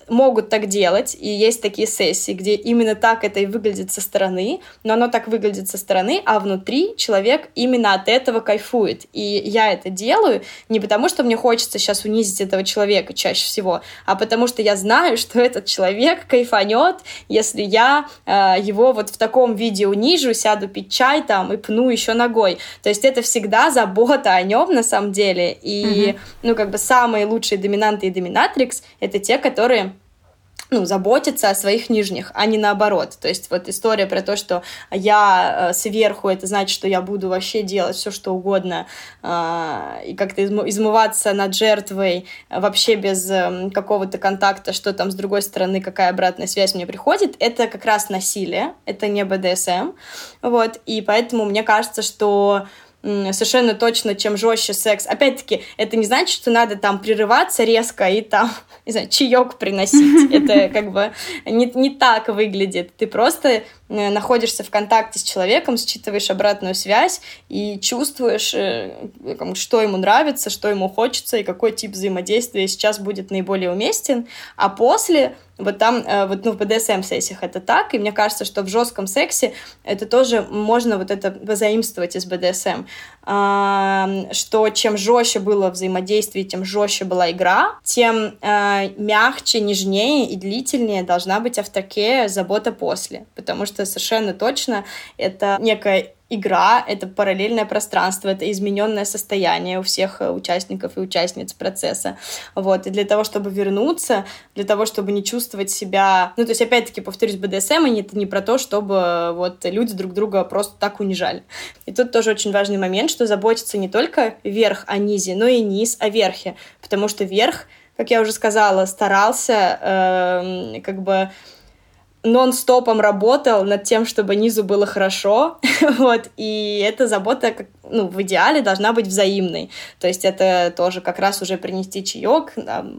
могут так делать, и есть такие сессии, где именно так это и выглядит со стороны, но оно так выглядит со стороны, а внутри человек именно от этого кайфует. И я это делаю не потому, что мне хочется сейчас унизить этого человека чаще всего, а потому что я знаю, что этот человек кайфанет, если я э, его вот в таком виде унижу, сяду пить чай там и пну еще ногой. То есть это всегда забота о нем на самом деле. И, mm-hmm. ну, как бы самые лучшие доминанты и доминатрикс — это те, которые ну, заботиться о своих нижних, а не наоборот. То есть вот история про то, что я сверху, это значит, что я буду вообще делать все, что угодно, э, и как-то измываться над жертвой вообще без э, какого-то контакта, что там с другой стороны, какая обратная связь мне приходит, это как раз насилие, это не бэ дэ эс эм. Вот, и поэтому мне кажется, что совершенно точно, чем жестче секс. Опять-таки, это не значит, что надо там прерываться резко и там, не знаю, чаек приносить. Это как бы не, не так выглядит. Ты просто находишься в контакте с человеком, считываешь обратную связь и чувствуешь, что ему нравится, что ему хочется и какой тип взаимодействия сейчас будет наиболее уместен. А после, вот там, вот, ну, в бэ дэ эс эм-сессиях это так, и мне кажется, что в жестком сексе это тоже можно вот это позаимствовать из бэ дэ эс эм, что чем жестче было взаимодействие, тем жестче была игра, тем мягче, нежнее и длительнее должна быть авторкея, забота после, потому что совершенно точно это некая игра, это параллельное пространство, это измененное состояние у всех участников и участниц процесса. Вот. И для того, чтобы вернуться, для того, чтобы не чувствовать себя... Ну, то есть, опять-таки, повторюсь, бэ дэ эс эм — это не про то, чтобы вот люди друг друга просто так унижали. И тут тоже очень важный момент, что заботиться не только верх о низе, но и низ о верхе. Потому что верх, как я уже сказала, старался э, как бы нон-стопом работал над тем, чтобы низу было хорошо, вот, и эта забота, ну, в идеале должна быть взаимной, то есть это тоже как раз уже принести чаек,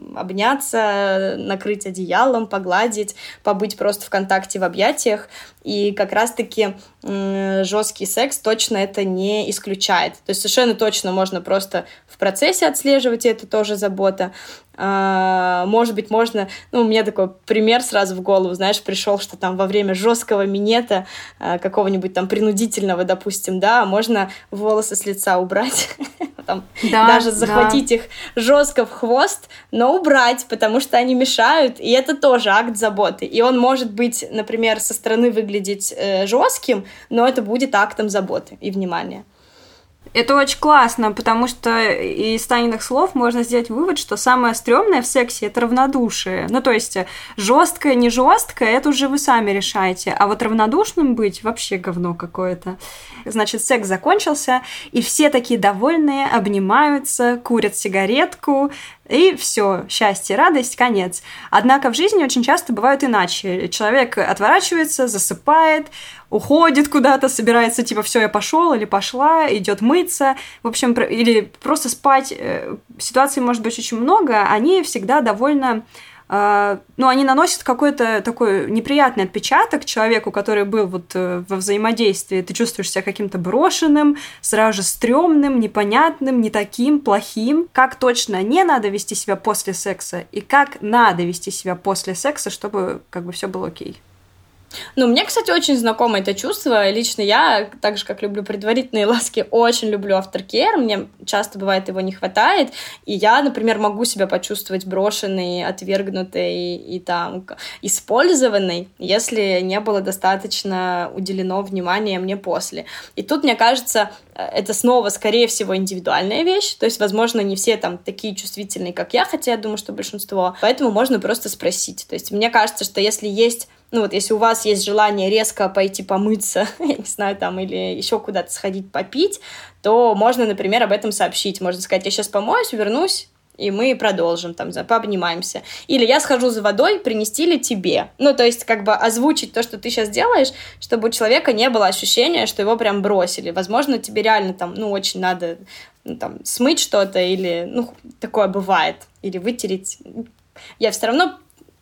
обняться, накрыть одеялом, погладить, побыть просто в контакте, в объятиях, и как раз-таки м- жесткий секс точно это не исключает, то есть совершенно точно можно просто в процессе отслеживать, и это тоже забота. Uh, может быть, можно... Ну, у меня такой пример сразу в голову, знаешь, пришел, что там во время жесткого минета, uh, какого-нибудь там принудительного, допустим, да, можно волосы с лица убрать, там, да, даже захватить да. их жестко в хвост, но убрать, потому что они мешают, и это тоже акт заботы. И он может быть, например, со стороны выглядеть э, жестким, но это будет актом заботы и внимания. Это очень классно, потому что из Таниных слов можно сделать вывод, что самое стрёмное в сексе — это равнодушие. Ну, то есть жесткое, не жесткое, это уже вы сами решаете. А вот равнодушным быть — вообще говно какое-то. Значит, секс закончился, и все такие довольные, обнимаются, курят сигаретку, и все, счастье, радость, конец. Однако в жизни очень часто бывает иначе. Человек отворачивается, засыпает, уходит куда-то, собирается, типа, все, я пошел или пошла, идет мыться, в общем, или просто спать. Ситуаций может быть очень много, они всегда довольно... Ну, они наносят какой-то такой неприятный отпечаток человеку, который был вот во взаимодействии. Ты чувствуешь себя каким-то брошенным, сразу же стрёмным, непонятным, не таким, плохим. Как точно не надо вести себя после секса и как надо вести себя после секса, чтобы как бы все было окей. Ну, мне, кстати, очень знакомо это чувство. Лично я, так же, как люблю предварительные ласки, очень люблю aftercare. Мне часто бывает его не хватает. И я, например, могу себя почувствовать брошенной, отвергнутой и, и там использованной, если не было достаточно уделено внимания мне после. И тут, мне кажется, это снова, скорее всего, индивидуальная вещь. То есть, возможно, не все там такие чувствительные, как я, хотя я думаю, что большинство. Поэтому можно просто спросить. То есть, мне кажется, что если есть Ну вот, если у вас есть желание резко пойти помыться, я не знаю, там, или еще куда-то сходить попить, то можно, например, об этом сообщить. Можно сказать, я сейчас помоюсь, вернусь, и мы продолжим, там, пообнимаемся. Или я схожу за водой, принести ли тебе? Ну, то есть, как бы озвучить то, что ты сейчас делаешь, чтобы у человека не было ощущения, что его прям бросили. Возможно, тебе реально там, ну, очень надо ну, там, смыть что-то, или, ну, такое бывает, или вытереть. Я все равно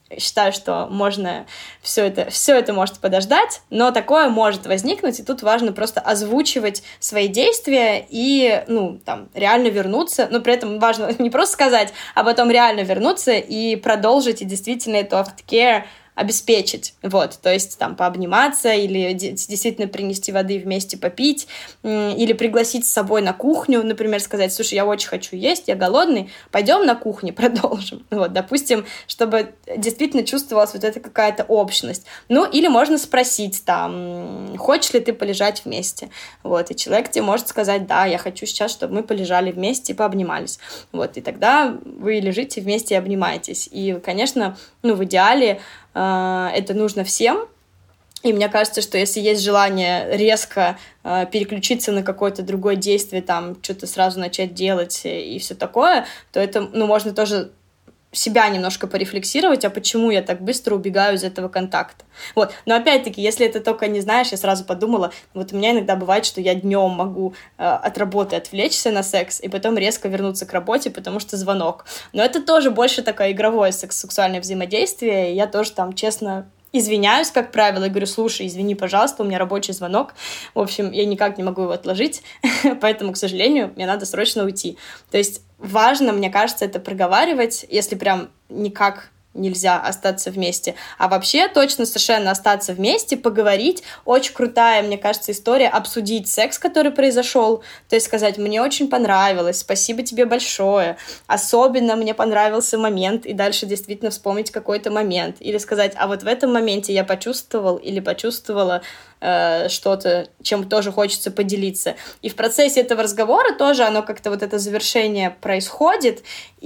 считаю, что можно все это, все это может подождать, но такое может возникнуть, и тут важно просто озвучивать свои действия и, ну, там, реально вернуться, но при этом важно не просто сказать, а потом реально вернуться и продолжить, и действительно эту aftercare обеспечить, вот, то есть там пообниматься или действительно принести воды вместе попить, или пригласить с собой на кухню, например, сказать, слушай, я очень хочу есть, я голодный, пойдем на кухню, продолжим, вот, допустим, чтобы действительно чувствовалась вот эта какая-то общность, ну, или можно спросить там, хочешь ли ты полежать вместе, вот, и человек тебе может сказать, да, я хочу сейчас, чтобы мы полежали вместе и пообнимались, вот, и тогда вы лежите вместе и обнимаетесь, и, конечно, ну, в идеале это нужно всем, и мне кажется, что если есть желание резко э, переключиться на какое-то другое действие, там, что-то сразу начать делать и все такое, то это, ну, можно тоже себя немножко порефлексировать, а почему я так быстро убегаю из этого контакта. Вот. Но опять-таки, если это только не знаешь, я сразу подумала, вот у меня иногда бывает, что я днем могу э, от работы отвлечься на секс и потом резко вернуться к работе, потому что звонок. Но это тоже больше такое игровое секс-сексуальное взаимодействие, и я тоже там, честно, извиняюсь, как правило, и говорю, слушай, извини, пожалуйста, у меня рабочий звонок, в общем, я никак не могу его отложить, поэтому, к сожалению, мне надо срочно уйти. То есть важно, мне кажется, это проговаривать, если прям никак нельзя остаться вместе. А вообще точно совершенно остаться вместе, поговорить. Очень крутая, мне кажется, история обсудить секс, который произошел. То есть сказать, мне очень понравилось, спасибо тебе большое. Особенно мне понравился момент, и дальше действительно вспомнить какой-то момент. Или сказать, а вот в этом моменте я почувствовал или почувствовала э, что-то, чем тоже хочется поделиться. И в процессе этого разговора тоже оно как-то вот это завершение происходит,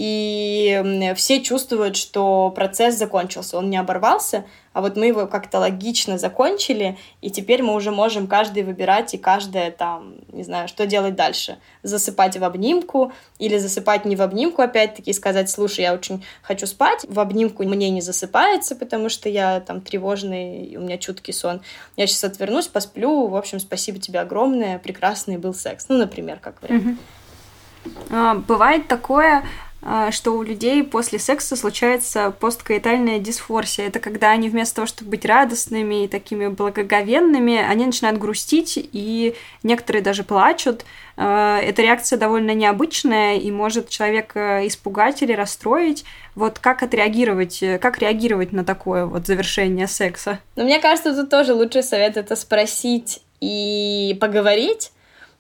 и все чувствуют, что процесс закончился, он не оборвался, а вот мы его как-то логично закончили, и теперь мы уже можем каждый выбирать, и каждая там, не знаю, что делать дальше. Засыпать в обнимку или засыпать не в обнимку, опять-таки, и сказать, слушай, я очень хочу спать, в обнимку мне не засыпается, потому что я там тревожный, и у меня чуткий сон. Я сейчас отвернусь, посплю, в общем, спасибо тебе огромное, прекрасный был секс. Ну, например, как вариант. Mm-hmm. А, бывает такое, что у людей после секса случается посткоитальная дисфорсия. Это когда они вместо того, чтобы быть радостными и такими благоговенными, они начинают грустить, и некоторые даже плачут. Эта реакция довольно необычная и может человека испугать или расстроить. Вот как отреагировать, как реагировать на такое вот завершение секса? Ну, мне кажется, тут тоже лучший совет — это спросить и поговорить,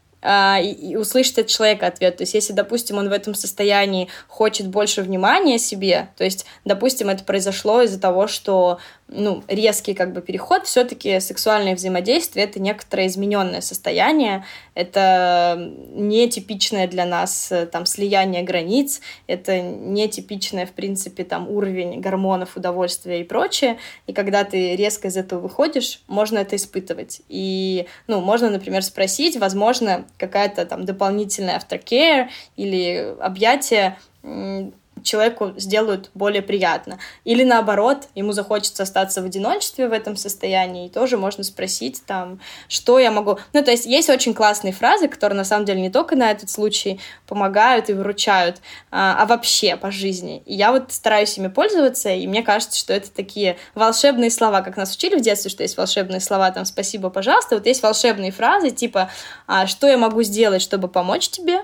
и услышать от человека ответ. То есть, если, допустим, он в этом состоянии хочет больше внимания себе, то есть, допустим, это произошло из-за того, что, ну, резкий как бы переход, все-таки сексуальное взаимодействие — это некоторое измененное состояние, это нетипичное для нас там слияние границ, это нетипичное, в принципе, там уровень гормонов, удовольствия и прочее, и когда ты резко из этого выходишь, можно это испытывать. И, ну, можно, например, спросить, возможно, какая-то там дополнительная aftercare или объятия человеку сделают более приятно. Или наоборот, ему захочется остаться в одиночестве в этом состоянии, и тоже можно спросить там, что я могу... Ну, то есть есть очень классные фразы, которые на самом деле не только на этот случай помогают и выручают, а, а вообще по жизни. И я вот стараюсь ими пользоваться, и мне кажется, что это такие волшебные слова, как нас учили в детстве, что есть волшебные слова, там, спасибо, пожалуйста. Вот есть волшебные фразы, типа, а, что я могу сделать, чтобы помочь тебе?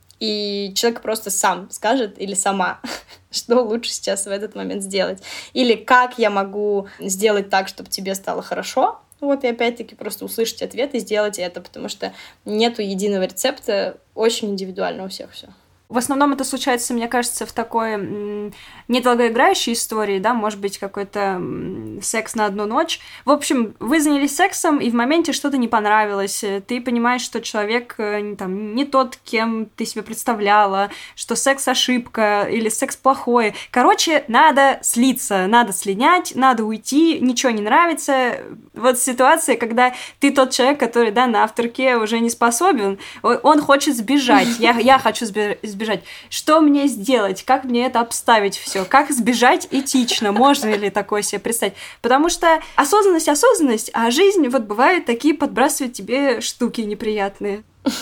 И человек просто сам скажет или сама, что лучше сейчас в этот момент сделать. Или как я могу сделать так, чтобы тебе стало хорошо. Вот, и опять-таки просто услышать ответ и сделать это, потому что нету единого рецепта, очень индивидуально у всех все. В основном это случается, мне кажется, в такой м, недолгоиграющей истории, да, может быть, какой-то м, секс на одну ночь. В общем, вы занялись сексом, и в моменте что-то не понравилось. Ты понимаешь, что человек э, там, не тот, кем ты себе представляла, что секс ошибка или секс плохой. Короче, надо слиться, надо слинять, надо уйти, ничего не нравится. Вот ситуация, когда ты тот человек, который, да, на авторке уже не способен, он хочет сбежать, я, я хочу сбежать. Сбежать. Что мне сделать? Как мне это обставить все? Как сбежать этично? Можно ли такое себе представить? Потому что осознанность, осознанность, а жизнь вот бывает такие подбрасывает тебе штуки неприятные.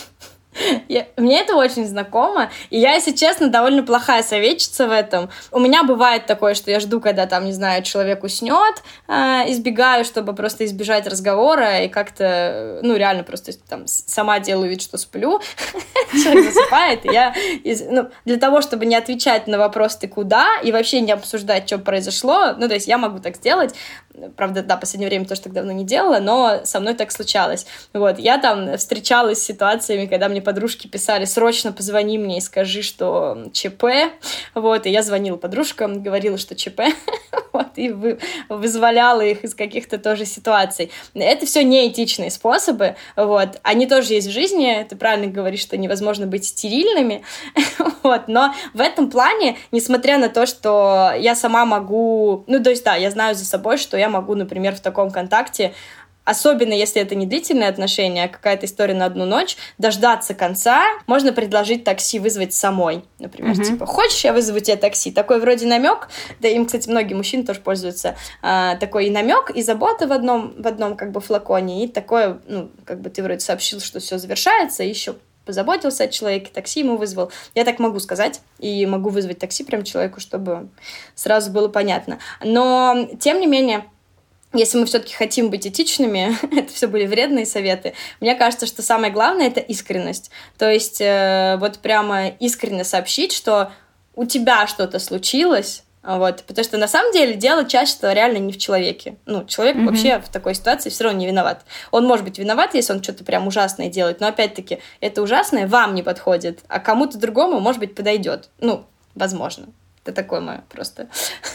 Я, мне это очень знакомо, и я, если честно, довольно плохая советчица в этом. У меня бывает такое, что я жду, когда там, не знаю, человек уснет, э, избегаю, чтобы просто избежать разговора, и как-то, ну, реально просто там сама делаю вид, что сплю, человек засыпает, и я, из, ну, для того, чтобы не отвечать на вопрос «ты куда?» и вообще не обсуждать, что произошло, ну, то есть я могу так сделать, правда, да, в последнее время тоже так давно не делала, но со мной так случалось. Вот, я там встречалась с ситуациями, когда мне подружки писали: срочно позвони мне и скажи, что ЧП. Вот, и я звонила подружкам, говорила, что ЧП, вот, и вы, вызволяла их из каких-то тоже ситуаций. Это все неэтичные способы, вот, они тоже есть в жизни, ты правильно говоришь, что невозможно быть стерильными, вот, но в этом плане, несмотря на то, что я сама могу, ну, то есть, да, я знаю за собой, что я могу, например, в таком контакте, особенно если это не длительные отношения, а какая-то история на одну ночь, дождаться конца, можно предложить такси вызвать самой. Например, mm-hmm. типа, хочешь, я вызову тебе такси? Такой вроде намек, да им, кстати, многие мужчины тоже пользуются, а, такой и намек, и забота в одном, в одном как бы флаконе, и такое, ну, как бы ты вроде сообщил, что все завершается, и еще позаботился о человеке, такси ему вызвал. Я так могу сказать, и могу вызвать такси прям человеку, чтобы сразу было понятно. Но, тем не менее, если мы все-таки хотим быть этичными, это все были вредные советы, мне кажется, что самое главное — это искренность. То есть э, вот прямо искренне сообщить, что у тебя что-то случилось, вот, потому что на самом деле дело чаще всего реально не в человеке. Ну, человек mm-hmm. вообще в такой ситуации все равно не виноват. Он может быть виноват, если он что-то прям ужасное делает, но опять-таки это ужасное вам не подходит, а кому-то другому, может быть, подойдет. Ну, возможно. Это такое мое просто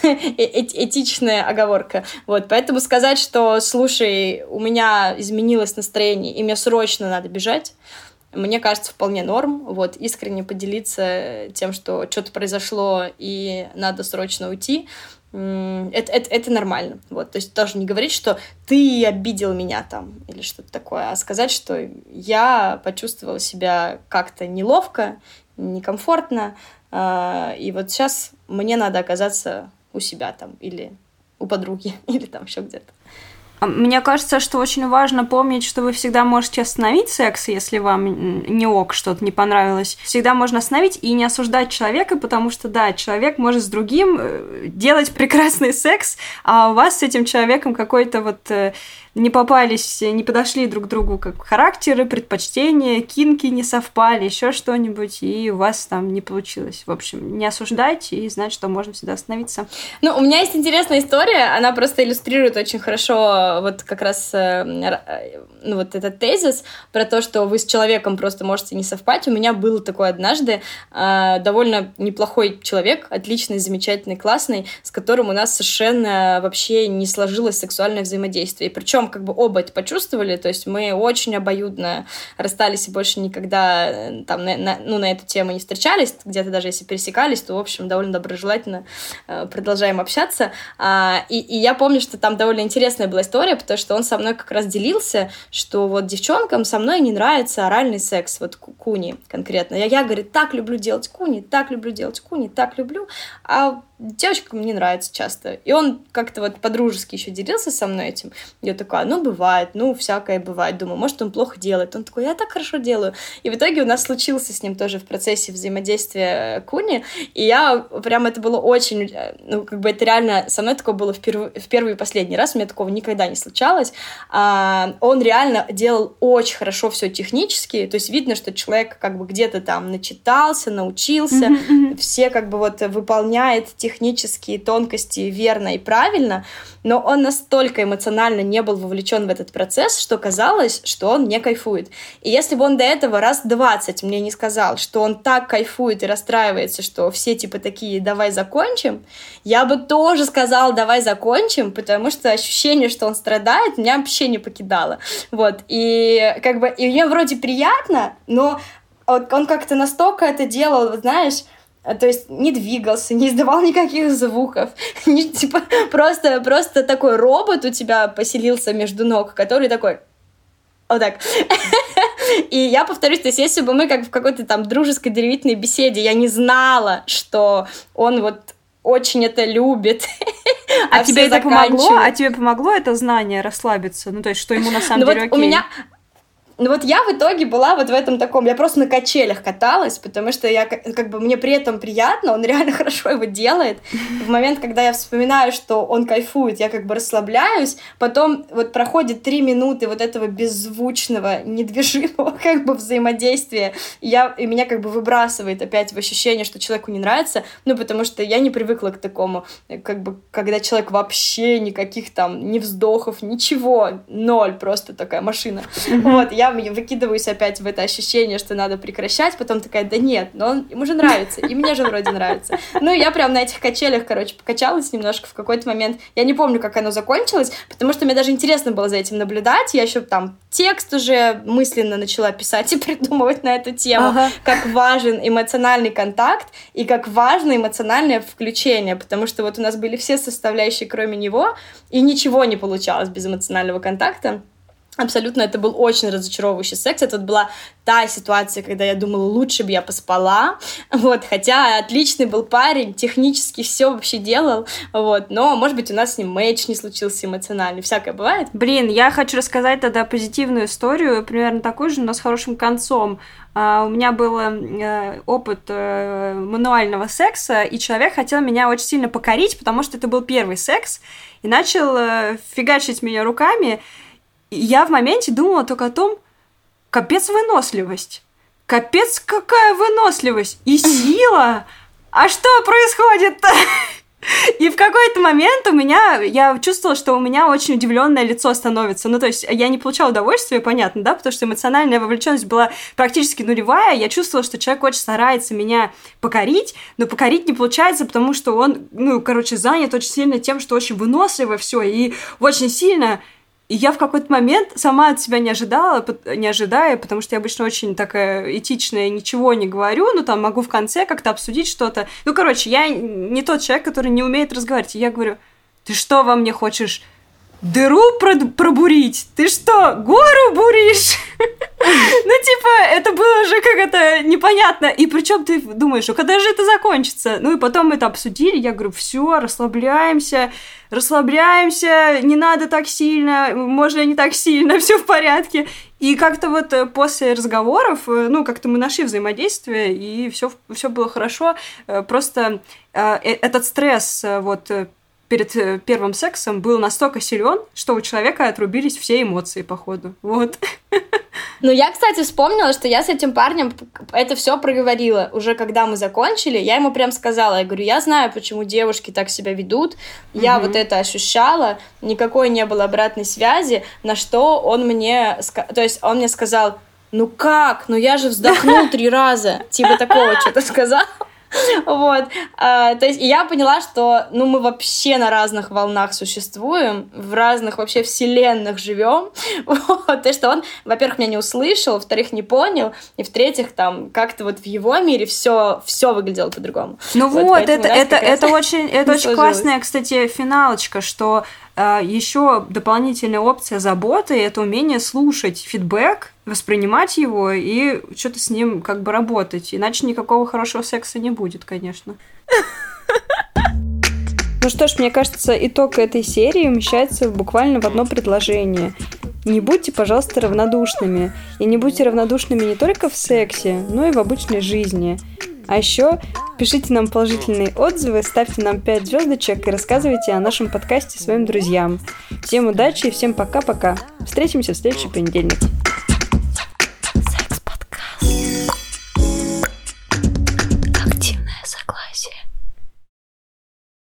этичная оговорка. Вот, поэтому сказать, что, слушай, у меня изменилось настроение, и мне срочно надо бежать, мне кажется, вполне норм. Вот, искренне поделиться тем, что что-то произошло, и надо срочно уйти, это, это, это нормально. Вот, то есть тоже не говорить, что ты обидел меня там, или что-то такое, а сказать, что я почувствовала себя как-то неловко, некомфортно, и вот сейчас мне надо оказаться у себя там, или у подруги, или там еще где-то. Мне кажется, что очень важно помнить, что вы всегда можете остановить секс, если вам не ок, что-то не понравилось. Всегда можно остановить и не осуждать человека, потому что, да, человек может с другим делать прекрасный секс, а у вас с этим человеком какой-то вот не попались, не подошли друг к другу как характеры, предпочтения, кинки не совпали, еще что-нибудь, и у вас там не получилось. В общем, не осуждайте и знать, что можно всегда остановиться. Ну, у меня есть интересная история, она просто иллюстрирует очень хорошо вот как раз ну, вот этот тезис про то, что вы с человеком просто можете не совпасть. У меня было такое однажды, довольно неплохой человек, отличный, замечательный, классный, с которым у нас совершенно вообще не сложилось сексуальное взаимодействие. И причем как бы оба это почувствовали, то есть мы очень обоюдно расстались и больше никогда там, на, на, ну, на эту тему не встречались, где-то даже если пересекались, то, в общем, довольно доброжелательно э, продолжаем общаться. А, и, и я помню, что там довольно интересная была история, потому что он со мной как раз делился, что вот девчонкам со мной не нравится оральный секс, вот куни конкретно. Я, я говорю, так люблю делать куни, так люблю делать куни, так люблю, а девочкам не нравится часто. И он как-то вот по-дружески еще делился со мной этим. Я такая, ну, бывает, ну, всякое бывает. Думаю, может, он плохо делает. Он такой, я так хорошо делаю. И в итоге у нас случился с ним тоже в процессе взаимодействия куни. И я прям, это было очень, ну, как бы это реально, со мной такое было в, перв... в первый и последний раз, у меня такого никогда не случалось. А, он реально делал очень хорошо все технически, то есть видно, что человек как бы где-то там начитался, научился, mm-hmm. все как бы вот выполняет технические тонкости верно и правильно, но он настолько эмоционально не был вовлечен в этот процесс, что казалось, что он не кайфует. И если бы он до этого раз двадцать мне не сказал, что он так кайфует и расстраивается, что все типа такие «давай закончим», я бы тоже сказала «давай закончим», потому что ощущение, что он страдает, меня вообще не покидало. Вот. И как бы и мне вроде приятно, но он как-то настолько это делал, знаешь, то есть не двигался, не издавал никаких звуков, не, типа просто, просто такой робот у тебя поселился между ног, который такой вот так. И я повторюсь, то есть если бы мы как в какой-то там дружеской доверительной беседе, я не знала, что он вот очень это любит. А, а тебе это помогло? А тебе помогло это знание расслабиться? Ну, то есть, что ему на самом ну деле вот окей? У меня... Ну вот я в итоге была вот в этом таком, я просто на качелях каталась, потому что я как бы мне при этом приятно, он реально хорошо его делает. В момент, когда я вспоминаю, что он кайфует, я как бы расслабляюсь, потом вот проходит три минуты вот этого беззвучного, недвижимого как бы взаимодействия, и, я, и меня как бы выбрасывает опять в ощущение, что человеку не нравится, ну потому что я не привыкла к такому, как бы, когда человек вообще никаких там ни вздохов, ничего, ноль, просто такая машина. Вот, я выкидываюсь опять в это ощущение, что надо прекращать, потом такая, да нет, но он, ему же нравится, и мне же вроде нравится. Ну, и я прям на этих качелях, короче, покачалась немножко в какой-то момент. Я не помню, как оно закончилось, потому что мне даже интересно было за этим наблюдать. Я еще там текст уже мысленно начала писать и придумывать на эту тему, ага. Как важен эмоциональный контакт и как важно эмоциональное включение, потому что вот у нас были все составляющие, кроме него, и ничего не получалось без эмоционального контакта. Абсолютно, это был очень разочаровывающий секс. Это вот была та ситуация, когда я думала, лучше бы я поспала, вот, хотя отличный был парень, технически все вообще делал, вот, но, может быть, у нас с ним матч не случился эмоциональный, всякое бывает. Блин, я хочу рассказать тогда позитивную историю, примерно такую же, но с хорошим концом. Uh, у меня был uh, опыт uh, мануального секса, и человек хотел меня очень сильно покорить, потому что это был первый секс, и начал uh, фигачить меня руками. Я в моменте думала только о том, капец выносливость, капец какая выносливость и сила, а что происходит-то? И в какой-то момент у меня, я чувствовала, что у меня очень удивленное лицо становится. Ну, то есть я не получала удовольствия, понятно, да, потому что эмоциональная вовлеченность была практически нулевая. Я чувствовала, что человек очень старается меня покорить, но покорить не получается, потому что он, ну, короче, занят очень сильно тем, что очень выносливо все и очень сильно... И я в какой-то момент сама от себя не ожидала, не ожидая, потому что я обычно очень такая этичная, ничего не говорю, но там могу в конце как-то обсудить что-то. Ну, короче, я не тот человек, который не умеет разговаривать. И я говорю, ты что во мне хочешь дыру пробурить? Ты что, гору буришь? Ну, типа, это было уже как-то непонятно. И причем ты думаешь, а когда же это закончится? Ну, и потом мы это обсудили. Я говорю, все, расслабляемся, расслабляемся, не надо так сильно, можно не так сильно, все в порядке. И как-то вот после разговоров, ну, как-то мы нашли взаимодействие, и все, все было хорошо. Просто этот стресс, вот, перед первым сексом был настолько силен, что у человека отрубились все эмоции, походу. Вот. Ну, я, кстати, вспомнила, что я с этим парнем это все проговорила. Уже когда мы закончили, я ему прям сказала, я говорю, я знаю, почему девушки так себя ведут, я mm-hmm. вот это ощущала, никакой не было обратной связи, на что он мне, то есть он мне сказал, ну как, ну я же вздохнул три раза, типа такого что-то сказал. Вот, а, то есть я поняла, что, ну, мы вообще на разных волнах существуем, в разных вообще вселенных живем, вот, то, что он, во-первых, меня не услышал, во-вторых, не понял, и в-третьих, там, как-то вот в его мире все, все выглядело по-другому. Ну вот, вот это, это, это очень, это очень классная, кстати, финалочка, что э, еще дополнительная опция заботы — это умение слушать фидбэк, воспринимать его и что-то с ним как бы работать. Иначе никакого хорошего секса не будет, конечно. Ну что ж, мне кажется, итог этой серии умещается буквально в одно предложение. Не будьте, пожалуйста, равнодушными. И не будьте равнодушными не только в сексе, но и в обычной жизни. А еще пишите нам положительные отзывы, ставьте нам пять звездочек и рассказывайте о нашем подкасте своим друзьям. Всем удачи и всем пока-пока. Встретимся в следующий понедельник.